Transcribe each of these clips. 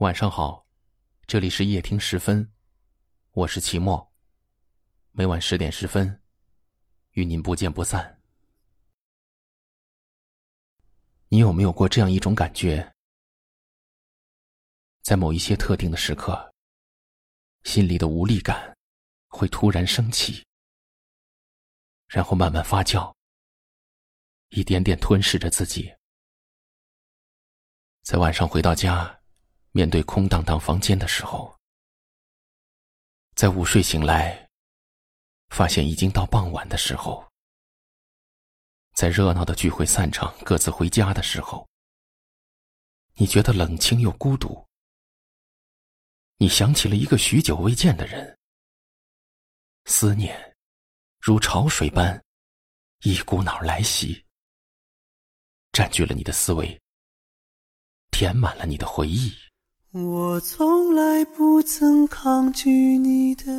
晚上好，这里是夜听10分，我是齐墨，每晚10点10分，与您不见不散。你有没有过这样一种感觉，在某一些特定的时刻，心里的无力感会突然升起，然后慢慢发酵，一点点吞噬着自己。在晚上回到家，面对空荡荡房间的时候，在午睡醒来，发现已经到傍晚的时候，在热闹的聚会散场各自回家的时候，你觉得冷清又孤独。你想起了一个许久未见的人，思念如潮水般一股脑来袭，占据了你的思维，填满了你的回忆。 我从来不曾抗拒你的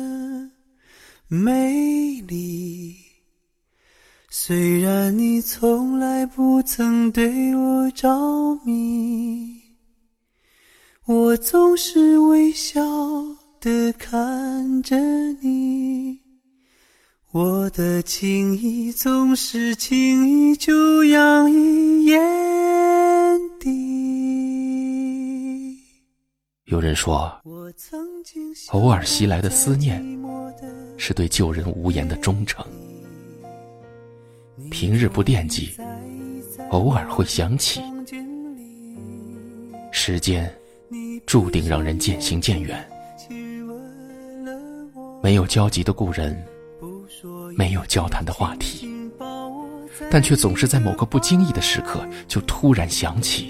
美丽，虽然你从来不曾对我着迷，我总是微笑地看着你，我的情意总是轻易就洋溢眼底。 有人说，偶尔袭来的思念是对旧人无言的忠诚，平日不惦记，偶尔会想起。时间注定让人渐行渐远，没有交集的故人，没有交谈的话题，但却总是在某个不经意的时刻就突然想起。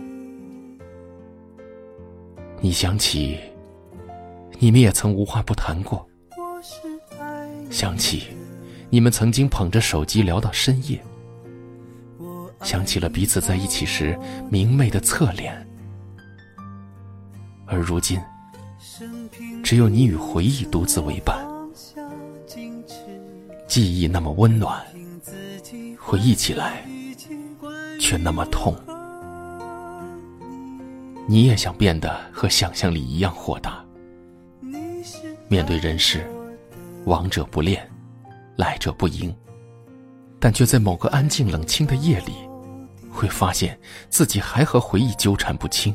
你想起你们也曾无话不谈过，想起你们曾经捧着手机聊到深夜，想起了彼此在一起时明媚的侧脸，而如今只有你与回忆独自为伴。记忆那么温暖，回忆起来却那么痛。你也想变得和想象里一样豁达，面对人世，往者不恋，来者不迎，但却在某个安静冷清的夜里，会发现自己还和回忆纠缠不清。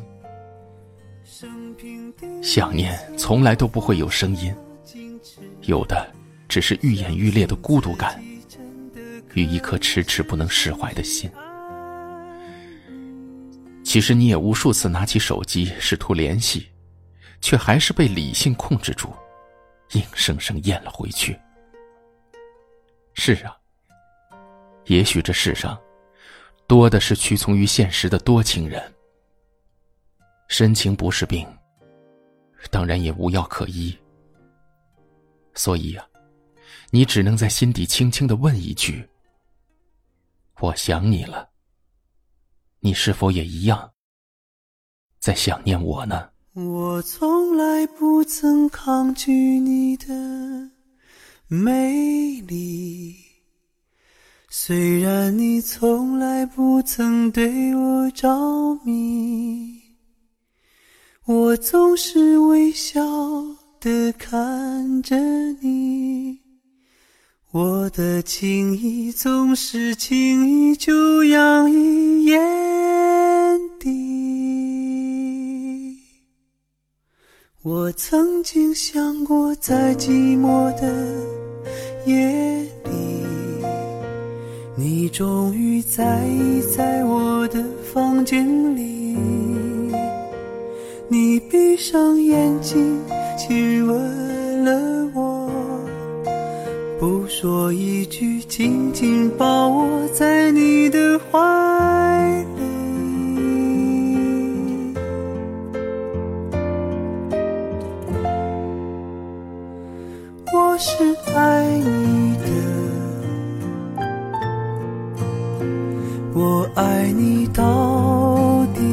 想念从来都不会有声音，有的只是愈演愈烈的孤独感与一颗迟迟不能释怀的心。其实你也无数次拿起手机试图联系，却还是被理性控制住，硬生生咽了回去。是啊，也许这世上多的是屈从于现实的多情人。深情不是病，当然也无药可医。所以啊，你只能在心底轻轻地问一句：我想你了。你是否也一样在想念我呢？ 我从来不曾抗拒你的美丽，虽然你从来不曾对我着迷，我总是微笑地看着你，我的情意总是轻易就洋溢眼底。我曾经想过，在寂寞的夜里，你终于在我的房间里，你闭上眼睛亲吻了我，不说一句，紧紧抱我在你的怀里。我是爱你的，我爱你到底。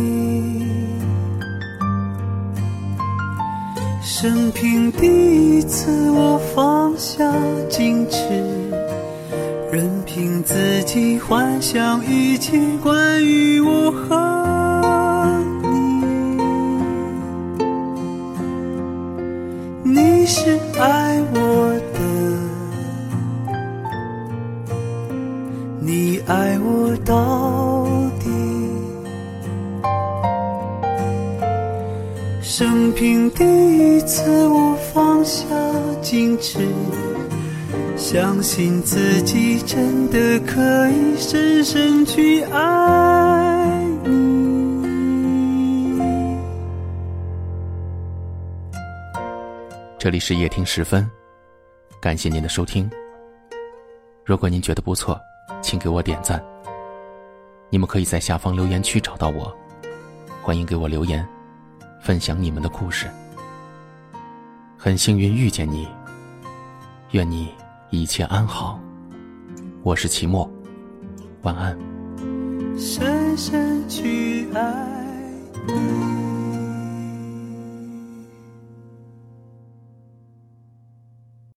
生平第一次我放下矜持，任凭自己幻想一切关于我和你。 是爱我的，你爱我到底。生平第一次我放下矜持，相信自己真的可以深深去爱你。 这里是夜听10分，感谢您的收听。如果您觉得不错，请给我点赞。你们可以在下方留言区找到我，欢迎给我留言，分享你们的故事。很幸运遇见你，愿你一切安好。我是齐墨，晚安。 深深去爱你。